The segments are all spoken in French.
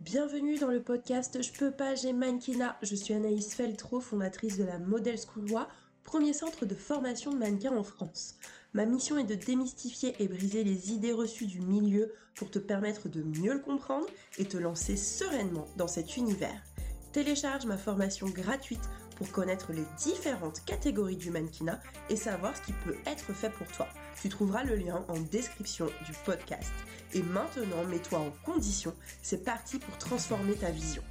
bienvenue dans le podcast Je peux pas, j'ai mannequinat. Je suis Anaïs Feltro, fondatrice de la Model School, premier centre de formation de mannequins en France. Ma mission est de démystifier et briser les idées reçues du milieu pour te permettre de mieux le comprendre et te lancer sereinement dans cet univers. Télécharge ma formation gratuite pour connaître les différentes catégories du mannequinat et savoir ce qui peut être fait pour toi. Tu trouveras le lien en description du podcast. Et maintenant, mets-toi en condition, c'est parti pour transformer ta vision.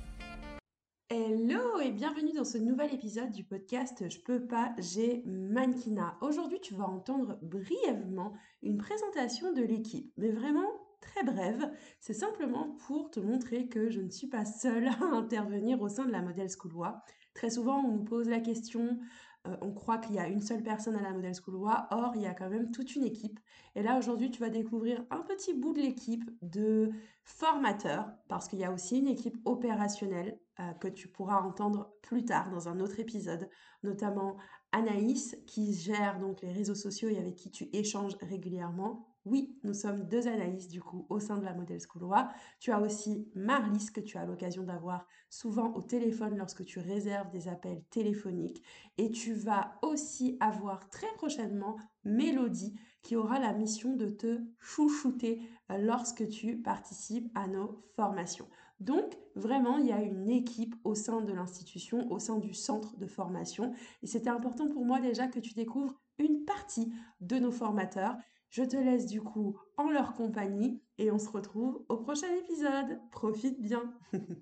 Hello et bienvenue dans ce nouvel épisode du podcast Je peux pas, j'ai mannequinat. Aujourd'hui, tu vas entendre brièvement une présentation de l'équipe, mais vraiment très brève. C'est simplement pour te montrer que je ne suis pas seule à intervenir au sein de la Model School. Très souvent, on nous pose la question, on croit qu'il y a une seule personne à la Model School, or il y a quand même toute une équipe. Et là, aujourd'hui, tu vas découvrir un petit bout de l'équipe de formateurs, parce qu'il y a aussi une équipe opérationnelle que tu pourras entendre plus tard dans un autre épisode, notamment Anaïs qui gère donc les réseaux sociaux et avec qui tu échanges régulièrement. Oui, nous sommes deux Anaïs du coup au sein de la Model School. Tu as aussi Marlys que tu as l'occasion d'avoir souvent au téléphone lorsque tu réserves des appels téléphoniques. Et tu vas aussi avoir très prochainement Mélodie qui aura la mission de te chouchouter lorsque tu participes à nos formations. Donc, vraiment, il y a une équipe au sein de l'institution, au sein du centre de formation. Et c'était important pour moi déjà que tu découvres une partie de nos formateurs. Je te laisse du coup en leur compagnie et on se retrouve au prochain épisode. Profite bien.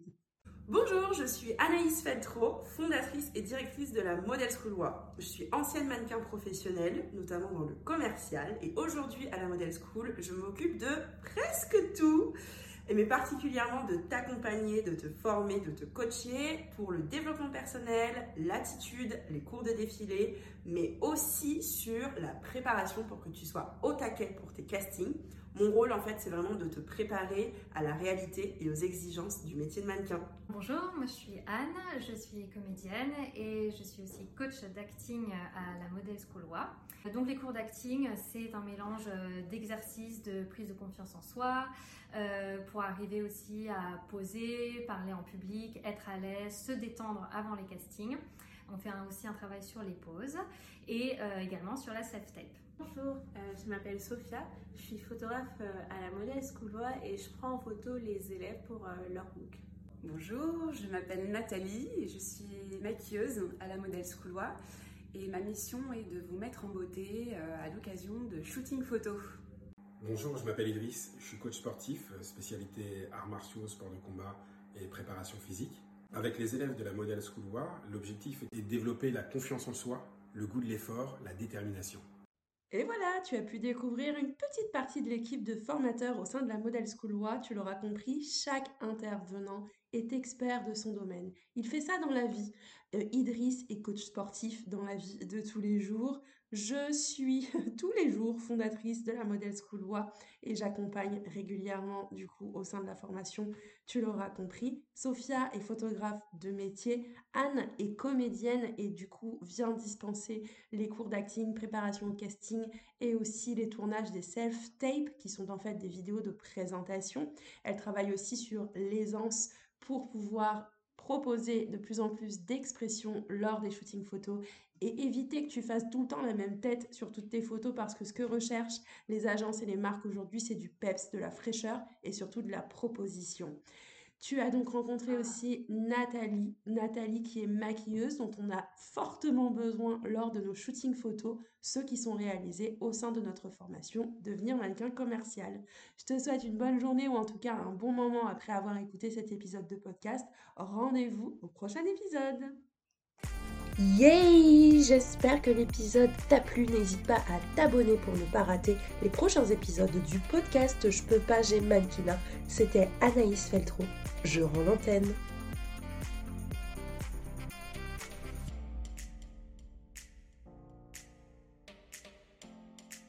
Bonjour, je suis Anaïs Feltro, fondatrice et directrice de la Model School. Je suis ancienne mannequin professionnelle, notamment dans le commercial, et aujourd'hui à la Model School, je m'occupe de presque tout, mais particulièrement de t'accompagner, de te former, de te coacher pour le développement personnel, l'attitude, les cours de défilé, mais aussi sur la préparation pour que tu sois au taquet pour tes castings. Mon rôle, en fait, c'est vraiment de te préparer à la réalité et aux exigences du métier de mannequin. Bonjour, moi je suis Anne, je suis comédienne et je suis aussi coach d'acting à la Model School. Donc les cours d'acting, c'est un mélange d'exercices, de prise de confiance en soi, pour arriver aussi à poser, parler en public, être à l'aise, se détendre avant les castings. On fait aussi un travail sur les poses et également sur la self-tape. Bonjour, je m'appelle Sophia, je suis photographe à la Model School et je prends en photo les élèves pour leur look. Bonjour, je m'appelle Nathalie et je suis maquilleuse à la Model School et ma mission est de vous mettre en beauté à l'occasion de shooting photo. Bonjour, je m'appelle Idriss, je suis coach sportif, spécialité arts martiaux, sport de combat et préparation physique. Avec les élèves de la Model School, l'objectif est de développer la confiance en soi, le goût de l'effort, la détermination. Et voilà, tu as pu découvrir une petite partie de l'équipe de formateurs au sein de la Model School. Tu l'auras compris, chaque intervenant est expert de son domaine. Il fait ça dans la vie. Idriss est coach sportif dans la vie de tous les jours. Je suis tous les jours fondatrice de la Model School et j'accompagne régulièrement du coup au sein de la formation, tu l'auras compris. Sophia est photographe de métier, Anne est comédienne et du coup vient dispenser les cours d'acting, préparation au casting et aussi les tournages des self-tapes qui sont en fait des vidéos de présentation. Elle travaille aussi sur l'aisance pour pouvoir proposer de plus en plus d'expressions lors des shootings photos et éviter que tu fasses tout le temps la même tête sur toutes tes photos parce que ce que recherchent les agences et les marques aujourd'hui, c'est du peps, de la fraîcheur et surtout de la proposition. Tu as donc rencontré aussi Nathalie qui est maquilleuse dont on a fortement besoin lors de nos shootings photos, ceux qui sont réalisés au sein de notre formation Devenir mannequin commercial. Je te souhaite une bonne journée ou en tout cas un bon moment après avoir écouté cet épisode de podcast. Rendez-vous au prochain épisode. Yay! J'espère que l'épisode t'a plu. N'hésite pas à t'abonner pour ne pas rater les prochains épisodes du podcast Je peux pas, j'ai mannequinat. C'était Anaïs Feltro. Je rends l'antenne.